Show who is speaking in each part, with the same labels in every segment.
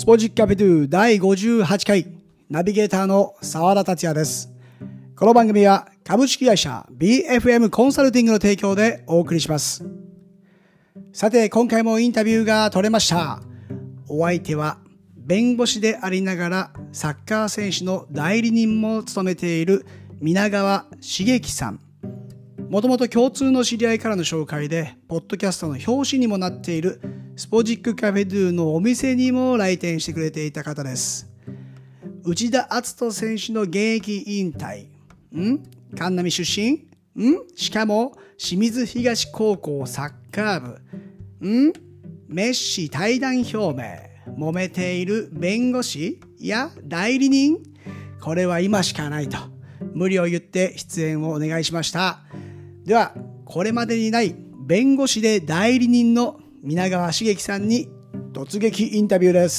Speaker 1: ポジックキャピトゥ第58回ナビゲーターの澤田達也です。この番組は株式会社 BFM コンサルティングの提供でお送りします。さて今回もインタビューが取れました。お相手は弁護士でありながらサッカー選手の代理人も務めている皆川茂樹さん。もともと共通の知り合いからの紹介でポッドキャストの表紙にもなっているスポジックカフェドゥのお店にも来店してくれていた方です。内田篤人選手の現役引退、神奈出身、しかも清水東高校サッカー部、メッシ退団表明、揉めている弁護士や代理人、これは今しかないと無理を言って出演をお願いしました。ではこれまでにない弁護士で代理人の皆川茂樹さんに突撃インタビューです。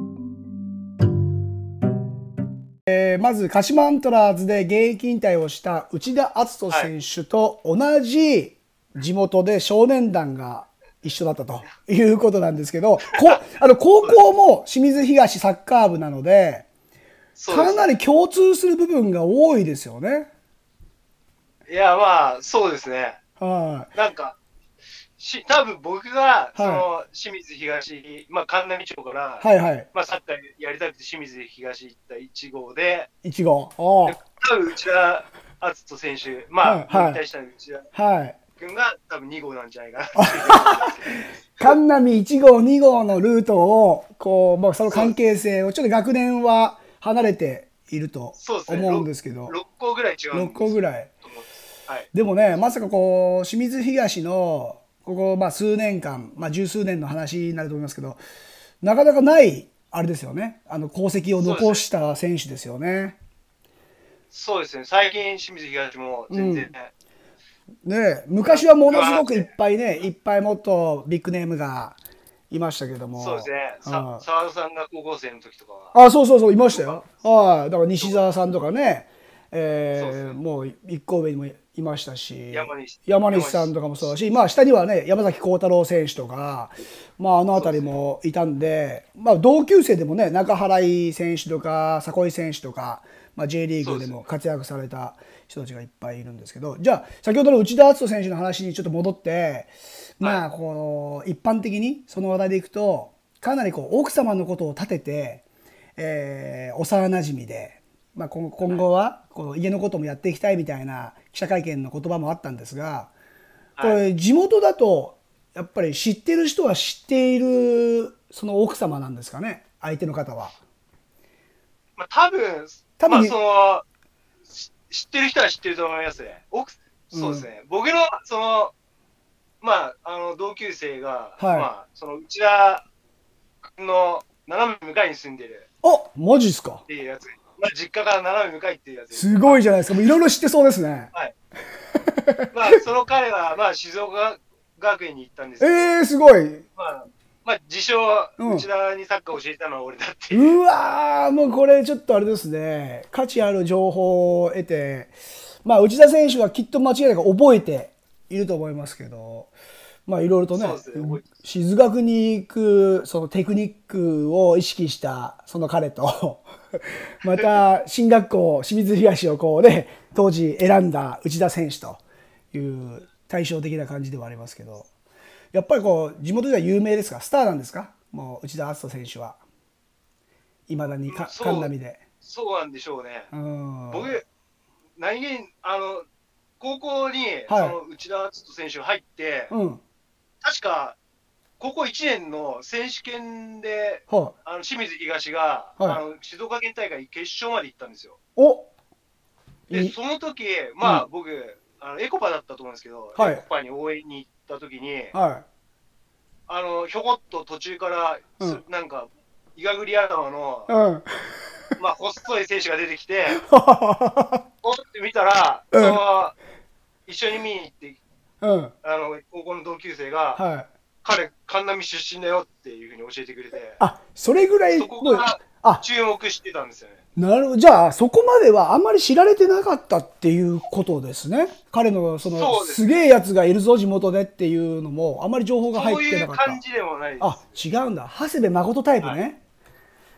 Speaker 1: まず鹿島アントラーズで現役引退をした内田篤人選手と同じ地元で少年団が一緒だったということなんですけど、高校も清水東サッカー部なのでかなり共通する部分が多いですよね。
Speaker 2: いや、まあ、そうですね。なんか、多分僕が、清水東、神奈町から、サッカーやりたくて清水東行った1号で、多分内田篤人選手、引退した内田君が多分2号なんじゃないかなっていう。
Speaker 1: 神奈1号、2号のルートを、その関係性を、ちょっと学年は離れていると思うんですけど。
Speaker 2: 6個ぐらい違うんです。
Speaker 1: 6個ぐらい。でもね、まさか清水東のここ数年間、十数年の話になると思いますけど、なかなかないあれですよね。功績を残した選手ですよね。
Speaker 2: そうですね。最近清水東も全然
Speaker 1: ね、昔はものすごくいっぱいもっとビッグネームがいましたけども。
Speaker 2: そうですね。澤田さんが高校生の時とかは。
Speaker 1: そういましたよ。だから西澤さんとかね、もう一個上にもいましたし、山西さんとかもそうだし、下にはね山崎幸太郎選手とか、あの辺りもいたんで、同級生でもね中原井選手とか迫井選手とか、J リーグでも活躍された人たちがいっぱいいるんですけど、じゃあ先ほどの内田篤人選手の話にちょっと戻って、この一般的にその話題でいくと、かなり奥様のことを立てて、幼なじみで。今後はこの家のこともやっていきたいみたいな記者会見の言葉もあったんですが、これ地元だとやっぱり知ってる人は知っているその奥様なんですかね、相手の方は。
Speaker 2: 多分知ってる人は知ってると思いますね。そうですね。僕の同級生が、その内田君の斜め向かいに住んでる。
Speaker 1: マジっすか。
Speaker 2: っていうやつ。実家から斜め向かいっていうやつ。
Speaker 1: すごいじゃないですか。いろいろ知ってそうですね。
Speaker 2: その彼は、静岡学園に行ったんですけど。
Speaker 1: すごい。
Speaker 2: 自称、内田にサッカー教えたのは俺だっていう。
Speaker 1: うわー、もうこれちょっとあれですね。価値ある情報を得て、内田選手はきっと間違いなく覚えていると思いますけど、いろいろとね、静学に行くそのテクニックを意識したその彼と、また進学校清水東を当時選んだ内田選手という対照的な感じではありますけど、やっぱり地元では有名ですか、スターなんですか、もう内田篤人選手は。いまだに神奈で。
Speaker 2: そうなんでしょうね。僕、何気に高校にその内田篤人選手が入って、確か高校1年の選手権で、清水東が、静岡県大会決勝まで行ったんですよ。で、その時、僕、エコパだったと思うんですけど、エコパに応援に行った時に、ひょこっと途中から、なんか、いがぐり頭の、細い選手が出てきて、おって見たら、一緒に見に行って、高校の同級生が、彼、神奈出身だよっていうふうに教えてくれて、
Speaker 1: それぐらい、
Speaker 2: そこから注目してたんですよね。
Speaker 1: なるほど。じゃあ、そこまではあんまり知られてなかったっていうことですね。彼の、すげえやつがいるぞ、地元でっていうのも、あんまり情報が入ってなかった。
Speaker 2: そういう感じでもないです。
Speaker 1: 違うんだ。長谷部誠タイプね。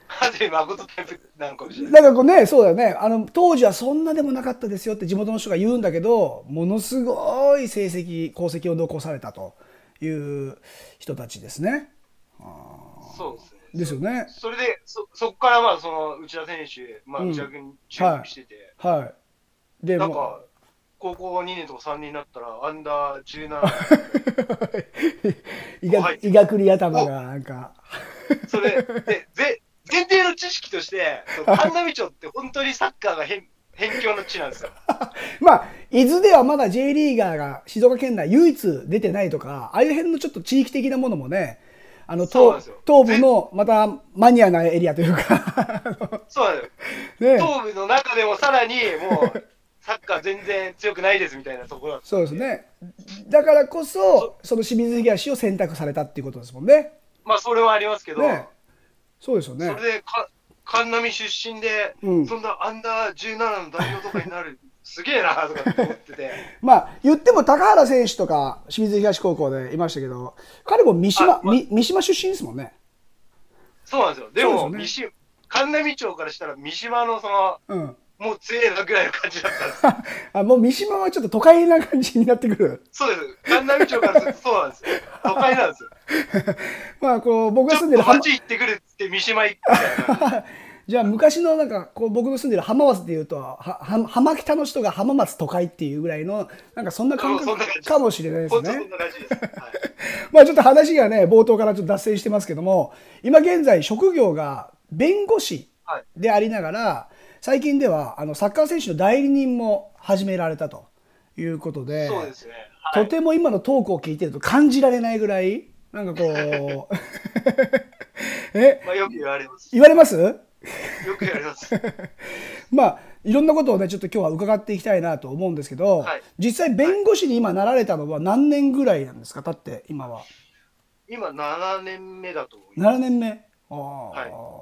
Speaker 2: 長谷誠タイプなのかもしれない。
Speaker 1: なんかこうね、そうだよね。当時はそんなでもなかったですよって地元の人が言うんだけど、ものすごい成績、功績を残されたという人たちですね。
Speaker 2: そうですね。
Speaker 1: ですよね。
Speaker 2: それで、そこからまあ、その内田選手、まあ、内田君に注目してて、
Speaker 1: はい。で、
Speaker 2: なんか、高校2年とか3年になったら、アンダー17
Speaker 1: 医学理頭がなんか。
Speaker 2: それ、で、前提の知識として、神奈町って本当にサッカーが辺境の地なんですよ。
Speaker 1: まあ、伊豆ではまだ J リーガーが静岡県内唯一出てないとか、ああいう辺のちょっと地域的なものもね、東部のまたマニアなエリアというか
Speaker 2: そうなんですよ。ね、東部の中でもさらにもう、サッカー全然強くないですみたいなところだった。
Speaker 1: そうですね。だからこそ、その清水東を選択されたっていうことですもんね。
Speaker 2: まあ、それはありますけど、
Speaker 1: ね、そうですよね。
Speaker 2: それで神奈出身で、そんなアンダー17の代表とかになる、すげえなとか思ってて。
Speaker 1: まあ、言っても高原選手とか清水東高校でいましたけど、彼も三島出身ですもんね。
Speaker 2: そうなんですよ。でも、神奈町からしたら三島のもう強えなぐらいの感じだったんです
Speaker 1: あ、もう三島はちょっと都会な感じになってくる。
Speaker 2: そうです。神奈町からするとそうなんですよ。都会なんですよ。
Speaker 1: まあ、こう、僕が住んでる
Speaker 2: 町行ってくるって三島行くみたいな。
Speaker 1: じゃあ昔のなんかこう僕の住んでる浜松でいうと浜北の人が浜松都会っていうぐらいのなんかそんな感覚かもしれないですね。まあちょっと話がね冒頭からちょっと脱線してますけども、今現在職業が弁護士でありながら、最近ではサッカー選手の代理人も始められたということで、
Speaker 2: そうですね。
Speaker 1: とても今のトークを聞いてると感じられないぐらいなんかこう
Speaker 2: まあよく言われます。
Speaker 1: 言われます？
Speaker 2: よくやります。
Speaker 1: まあいろんなことをねちょっと今日は伺っていきたいなと思うんですけど、はい、実際弁護士に今なられたのは何年ぐらいなんですか？経って今は。
Speaker 2: 今7年目だと思います。
Speaker 1: 7年目。はい、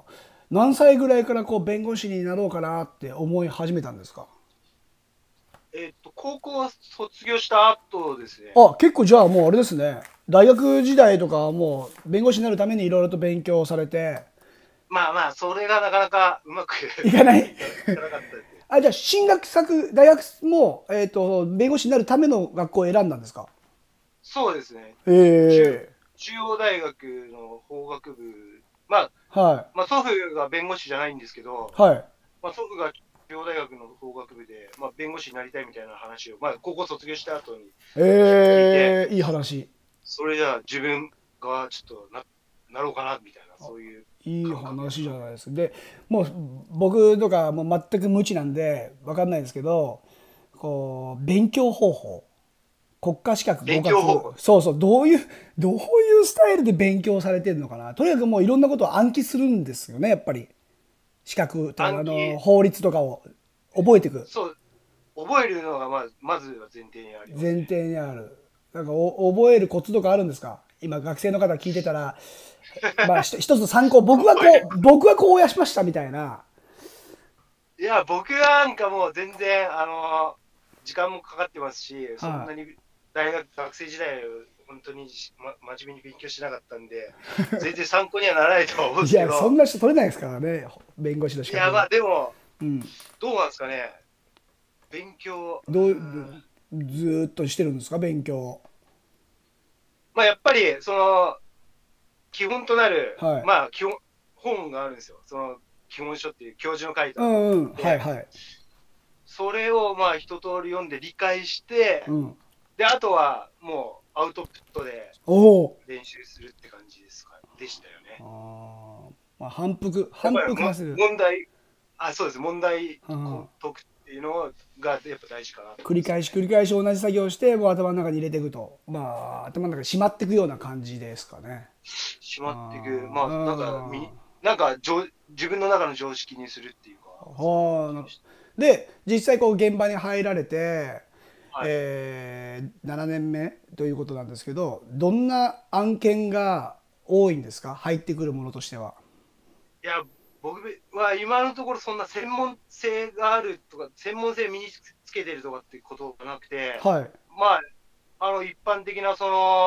Speaker 1: 何歳ぐらいからこう弁護士になろうかなって思い始めたんですか？
Speaker 2: 高校卒業した後ですね。
Speaker 1: あ、結構じゃあもうあれですね。大学時代とかもう弁護士になるためにいろいろと勉強されて。
Speaker 2: まあまあ、それがなかなかうまく
Speaker 1: いかない。あ、じゃあ進学先、大学も、弁護士になるための学校を選んだんですか？
Speaker 2: そうですね。中央大学の法学部。まあ、はい、まあ祖父が弁護士じゃないんですけど、はい、まあ祖父が中央大学の法学部で、まあ、弁護士になりたいみたいな話を、まあ、高校卒業した後に聞いて、
Speaker 1: いい話。
Speaker 2: それじゃあ自分がちょっとなろうかなみたいな、そういう。
Speaker 1: いい話じゃないですか。でもう僕とかもう全く無知なんで分かんないですけど、こう勉強方法、国家資格合格、そうそう、どういうスタイルで勉強されてるのかな。とにかくもういろんなことを暗記するんですよね、やっぱり。資格とか法律とかを覚えていく。
Speaker 2: そう、覚えるのがまずは前提にあります、
Speaker 1: ね。前提にある。なんか覚えるコツとかあるんですか？今学生の方聞いてたら、まあ一つ参考、僕はこうやしましたみたいな。
Speaker 2: いや、僕なんかもう全然時間もかかってますし、そんなに学生時代本当に、真面目に勉強しなかったんで、全然参考にはならないと思うんですけど。
Speaker 1: いや、そんな人取れないですからね、弁護士の資格。
Speaker 2: いや、まあでも、どうなんですかね、勉強。
Speaker 1: ずーっとしてるんですか、勉強。
Speaker 2: まあやっぱり、基本となる、まあ本があるんですよ。基本書っていう教授の書いた本で、それをまあ一通り読んで理解して、で、あとはもうアウトプットで練習するって感じでしたよね。
Speaker 1: まあ、反復する。
Speaker 2: そうです、問題解くっていうのがやっぱ大事かな。
Speaker 1: 繰り返し同じ作業をして、もう頭の中に入れていくと。まあ、頭の中にしまっていくような感じですかね。
Speaker 2: しまっていく。まあ、なんか自分の中の常識にするっていうか。
Speaker 1: で、実際こう現場に入られて、7年目ということなんですけど、どんな案件が多いんですか？入ってくるものとしては。
Speaker 2: いや、僕は今のところそんな専門性があるとか、専門性身につけてるとかってことがなくて、まあ、一般的な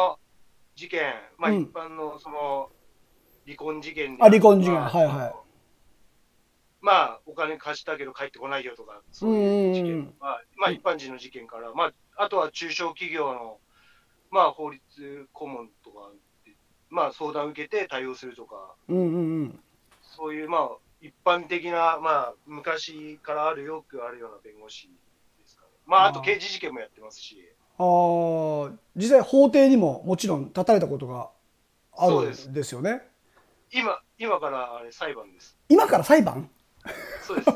Speaker 2: 事件、まあ一般の離婚事件で。
Speaker 1: 離婚事件、はいはい。
Speaker 2: まあ、お金貸したけど帰ってこないよとか、そういう事件、まあ、一般人の事件から、まあ、あとは中小企業の、まあ、法律顧問とか、まあ、相談を受けて対応するとか、そういう、まあ、一般的な、まあ、昔からよくあるような弁護士ですかね。まあ、あと刑事事件もやってますし。
Speaker 1: 実際法廷にももちろん立たれたことがあるんですよね。
Speaker 2: 今からあれ裁判です。
Speaker 1: 今から裁判？
Speaker 2: そうです。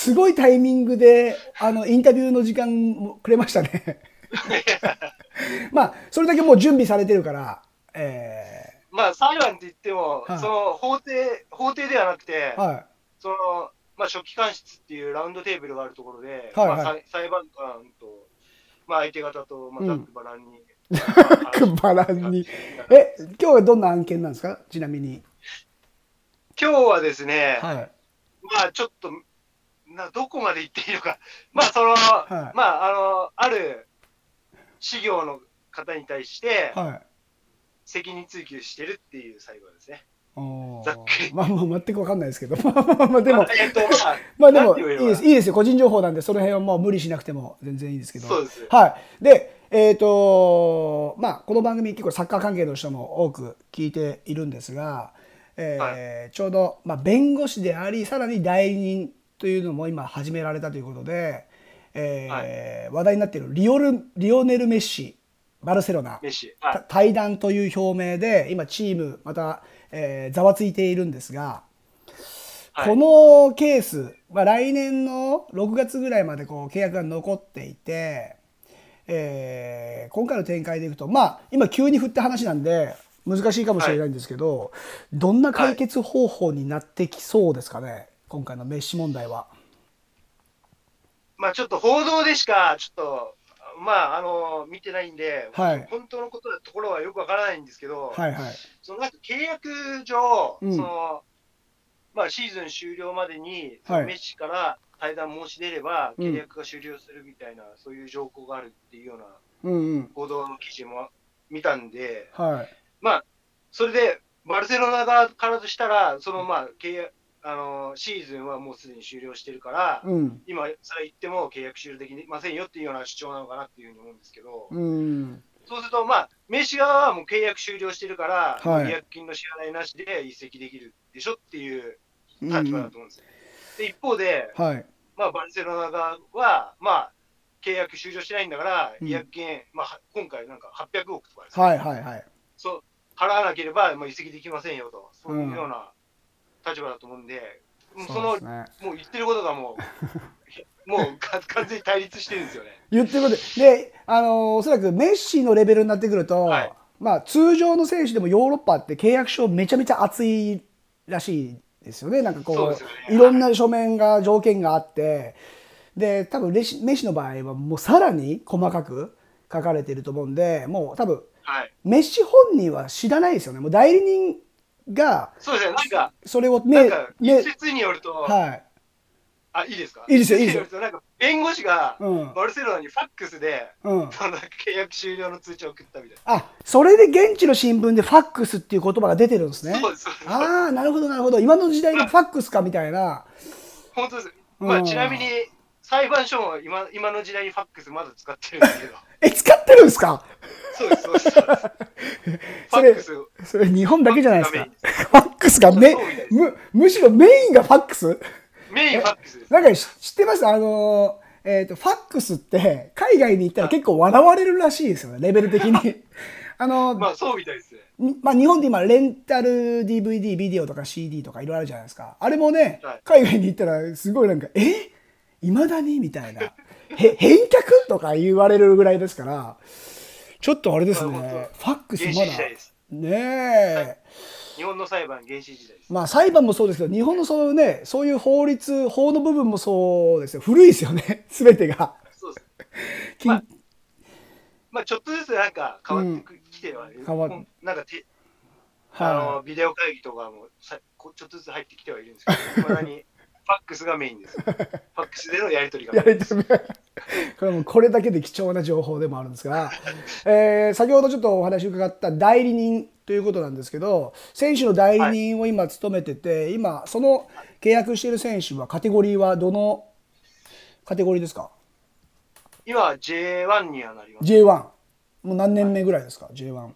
Speaker 1: すごいタイミングで、インタビューの時間もくれましたね。まあ、それだけもう準備されてるから、
Speaker 2: まあ、裁判って言っても、その法廷ではなくて、その、まあ、書記官室っていうラウンドテーブルがあるところで、まあ、裁判官と、まあ、相手方と、まあ、ざっくばらんに。
Speaker 1: ざっくばらんに。今日はどんな案件なんですか、ちなみに。
Speaker 2: 今日はですね、まあ、ちょっと、どこまで行っていいのか。まあ、その、まあ、ある事業の方に対して、責任追及してるっていう裁判ですね。ざっくり。
Speaker 1: まあ、全く分かんないですけど。まあ、でも、まあ、でも、いいですよ。個人情報なんで、その辺はもう無理しなくても全然いいですけど。
Speaker 2: そうです。
Speaker 1: はい。で、まあ、この番組結構サッカー関係の人も多く聞いているんですが、ちょうど、まあ、弁護士であり、さらに代理人というのも今始められたということで、話題になっているリオネル・メッシ、バルセロナ、退団という表明で、今チーム、また、ざわついているんですが、このケース、まあ、来年の6月ぐらいまでこう契約が残っていて、今回の展開でいくと、まあ、今急に振った話なんで、難しいかもしれないんですけど、どんな解決方法になってきそうですかね、今回のメッシ問題は。
Speaker 2: まあ、ちょっと報道でしか、ちょっと、まあ、見てないんで、本当のことのところはよくわからないんですけど、その契約上、その、まあ、シーズン終了までに、メッシから退団申し出れば、契約が終了するみたいな、そういう条項があるっていうような報道の記事も見たんで、まあ、それで、バルセロナ側からとしたら、その、まあ、シーズンはもうすでに終了してるから、今、それ言っても契約終了できませんよっていうような主張なのかなっていうふうに思うんですけど、そうすると、まあ、メッシ側はもう契約終了してるから、違約金の支払いなしで移籍できるでしょっていう立場だと思うんですよ。で、一方で、まあ、バルセロナ側は、まあ、契約終了してないんだから、違約金、まあ、今回なんか800億とかですね。そう、払わなければ、まあ、移籍できませんよと、そういうような立場だと思うんで、もう言ってることがもう完全に対立してるんですよね。
Speaker 1: 言ってることで、おそらくメッシのレベルになってくると、まあ、通常の選手でもヨーロッパって契約書めちゃめちゃ厚いらしいですよね。なんかこう、いろんな書面が、条件があって、で、多分メッシの場合はもうさらに細かく書かれていると思うんで、もう多分、メッシ本人は知らないですよね。もう代理人が、
Speaker 2: そうですね、なんか、
Speaker 1: それを
Speaker 2: 一説によると、あ、いいですか？
Speaker 1: いいですよ、いいですよ。
Speaker 2: なんか弁護士がバルセロナにファックスで、その契約終了の通知を送ったみたいな。
Speaker 1: あ、それで現地の新聞でファックスっていう言葉が出てるんですね。
Speaker 2: そうです。
Speaker 1: ああ、なるほど、なるほど。今の時代のファックスかみたいな。
Speaker 2: 本当です。まあ、ちなみに、裁判所も今の時代にファックスまだ使ってるんですけど。
Speaker 1: 使ってるんですか？
Speaker 2: そうです、そうです。ファックス。
Speaker 1: それ日本だけじゃないですか。ファックスがむしろメインがファックス？
Speaker 2: メインファックスです。
Speaker 1: なんか知ってます？ファックスって海外に行ったら結構笑われるらしいですよね、レベル的に。
Speaker 2: まあそうみたいですね。
Speaker 1: まあ日本で今レンタル DVD、ビデオとか CD とかいろいろあるじゃないですか。あれもね、海外に行ったらすごいなんか、未だにみたいな。返却とか言われるぐらいですから、ちょっとあれですね、ファックスまだ。ねえ。
Speaker 2: 日本の裁判、原始時代です。
Speaker 1: まあ裁判もそうですけど、日本のそういう法の部分もそうですよ。古いですよね、すべてが。
Speaker 2: そうです。まあちょっとずつなんか変わってきてはいる。なんかビデオ会議とかもちょっとずつ入ってきてはいるんですけど、まだにァックスがメインです。ファックスでのやり取りがメインです。
Speaker 1: これだけで貴重な情報でもあるんですが、先ほどちょっとお話伺った代理人ということなんですけど、選手の代理人を今務めてて、今その契約している選手はカテゴリーはどのカテゴリーですか？
Speaker 2: 今は J1 にはなります。
Speaker 1: J1。もう何年目ぐらいですか、J1。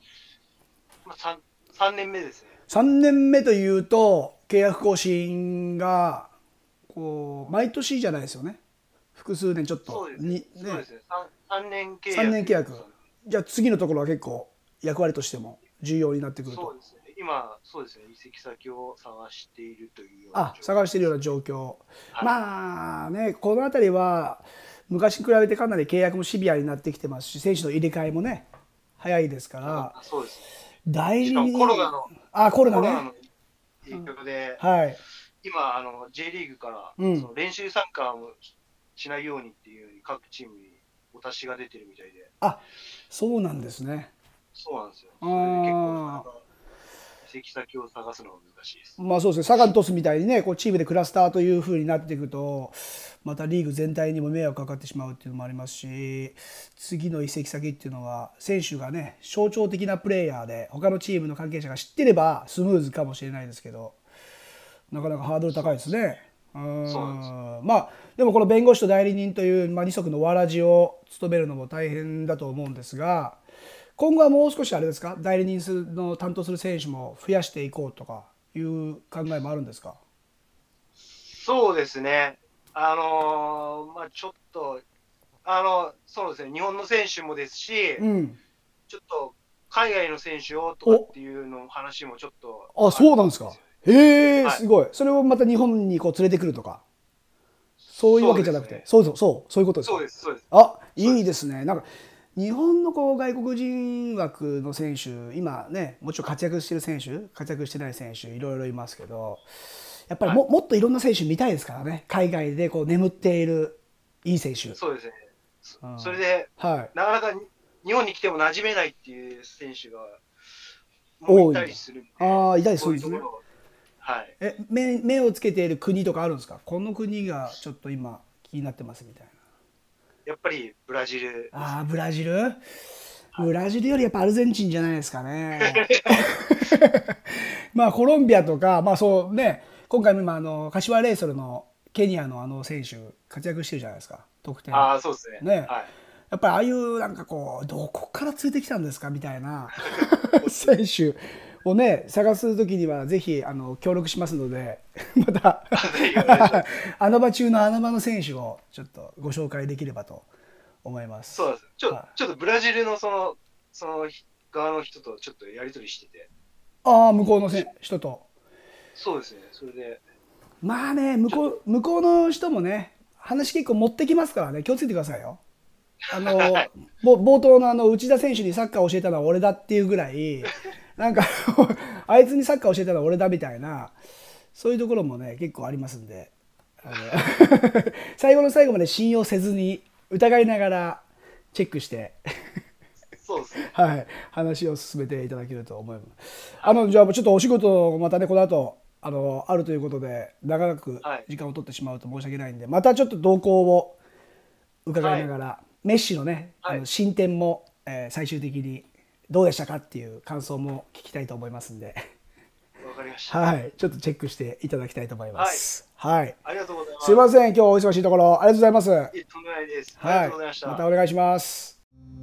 Speaker 2: 3年目ですね。
Speaker 1: 3年目というと、契約更新が、こう、毎年じゃないですよね。複数年ちょっと。
Speaker 2: そうですね。3年契約。
Speaker 1: 3年契約。じゃあ次のところは結構役割としても重要になってくると。
Speaker 2: そうですね。今、そうですね。移籍先を探しているというよう
Speaker 1: な。探しているような状況。はい、まあね、この辺りは、昔に比べてかなり契約もシビアになってきてますし、選手の入れ替えもね、早いですから。
Speaker 2: そうですね。
Speaker 1: 代理人。
Speaker 2: コロナの影響で、
Speaker 1: はい、
Speaker 2: 今J リーグからその練習参加もしないようにっていうふうに各チームにお達しが出てるみたいで。
Speaker 1: そうなんですね。
Speaker 2: そうなんですよ。それで結構移籍先を探すのは難しいです。
Speaker 1: まあそうですね。サガン鳥栖みたいにね、こうチームでクラスターというふうになっていくと、またリーグ全体にも迷惑かかってしまうっていうのもありますし、次の移籍先っていうのは選手がね、象徴的なプレーヤーで他のチームの関係者が知ってればスムーズかもしれないですけど、なかなかハードル高いですね。まあでもこの弁護士と代理人という、二足のわらじを務めるのも大変だと思うんですが、今後はもう少しあれですか、代理人の担当する選手も増やしていこうとかいう考えもあるんですか？
Speaker 2: そうですね。まあちょっとそうですね。日本の選手もですし、ちょっと海外の選手をとかっていうの話もちょっと。
Speaker 1: そうなんですか。へえ、すごい。それをまた日本にこう連れてくるとか、そういうわけじゃなくて、そういうことですか。
Speaker 2: そうです、そうです。
Speaker 1: いいですね。なんか日本のこう外国人枠の選手、今ね、もちろん活躍してる選手、活躍してない選手いろいろいますけど、やっぱりもっといろんな選手見たいですからね。海外でこう眠っているいい選手。
Speaker 2: そうですね。それで、なかなか日本に来ても馴染めないっていう選手がもういたりするんで。
Speaker 1: いたりするんですね。
Speaker 2: はい。
Speaker 1: 目をつけている国とかあるんですか？この国がちょっと今気になってますみたいな。
Speaker 2: やっぱりブラジル。
Speaker 1: ブラジル？ブラジルよりやっぱアルゼンチンじゃないですかね。まあコロンビアとか、まあそうね、今回も今柏レイソルのケニアの選手活躍してるじゃないですか。得点。
Speaker 2: そうですね。
Speaker 1: ね。はい、やっぱりああいうなんかこうどこから連れてきたんですかみたいな選手をね探す時にはぜひ協力しますのでまた穴場中の穴場の選手をちょっとご紹介できればと思います。
Speaker 2: そうです。ちょっとブラジルのその側の人とちょっとやり取りしてて。
Speaker 1: 向こうの人と。そう
Speaker 2: ですね。それで。
Speaker 1: まあね、向こうの人もね、話結構持ってきますからね、気をつけてくださいよ。冒頭の内田選手にサッカーを教えたのは俺だっていうぐらい、なんかあいつにサッカーを教えたのは俺だみたいな、そういうところもね、結構ありますんで、最後の最後まで信用せずに、疑いながらチェックして、
Speaker 2: そうですね。
Speaker 1: はい、話を進めていただけると思います。じゃあちょっとお仕事またね、この後、あるということで、長く時間を取ってしまうと申し訳ないんで、またちょっと動向を伺いながら、メッシのね、進展も、最終的にどうでしたかっていう感想も聞きたいと思いますんで。
Speaker 2: わかりました。
Speaker 1: はい、ちょっとチェックしていただきたいと思います。はい。
Speaker 2: ありがとうございます。
Speaker 1: すいません、今日お忙しいところ、ありがとうございます。
Speaker 2: とんでもないです。ありがとうございました。
Speaker 1: またお願いします。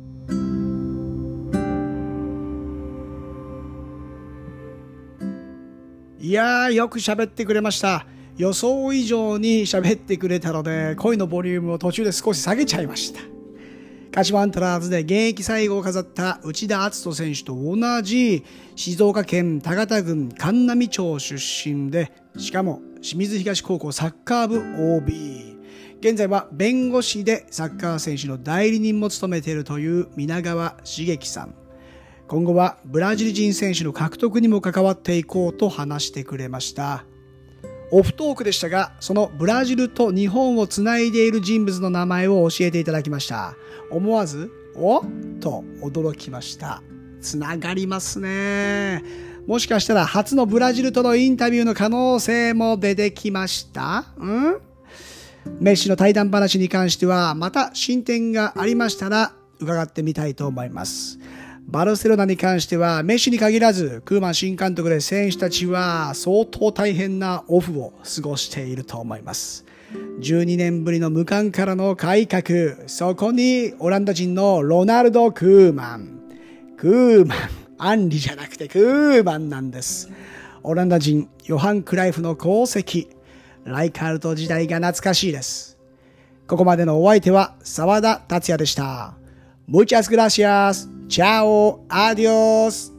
Speaker 1: いやー、よく喋ってくれました。予想以上に喋ってくれたので、声のボリュームを途中で少し下げちゃいました。鹿島アントラーズで現役最後を飾った内田篤人選手と同じ静岡県田方郡函南町出身で、しかも清水東高校サッカー部 OB。現在は弁護士でサッカー選手の代理人も務めているという皆川茂樹さん。今後はブラジル人選手の獲得にも関わっていこうと話してくれました。オフトークでしたが、そのブラジルと日本をつないでいる人物の名前を教えていただきました。思わず、おっと驚きました。つながりますね。 もしかしたら初のブラジルとのインタビューの可能性も出てきました。メッシの対談話に関しては、また進展がありましたら伺ってみたいと思います。バルセロナに関しては、メッシに限らず、クーマン新監督で選手たちは相当大変なオフを過ごしていると思います。12年ぶりの無冠からの改革、そこにオランダ人のロナルド・クーマン、アンリじゃなくてクーマンなんです。オランダ人、ヨハン・クライフの功績、ライカールト時代が懐かしいです。ここまでのお相手は澤田達也でした。Muchas gracias. Chao. Adios.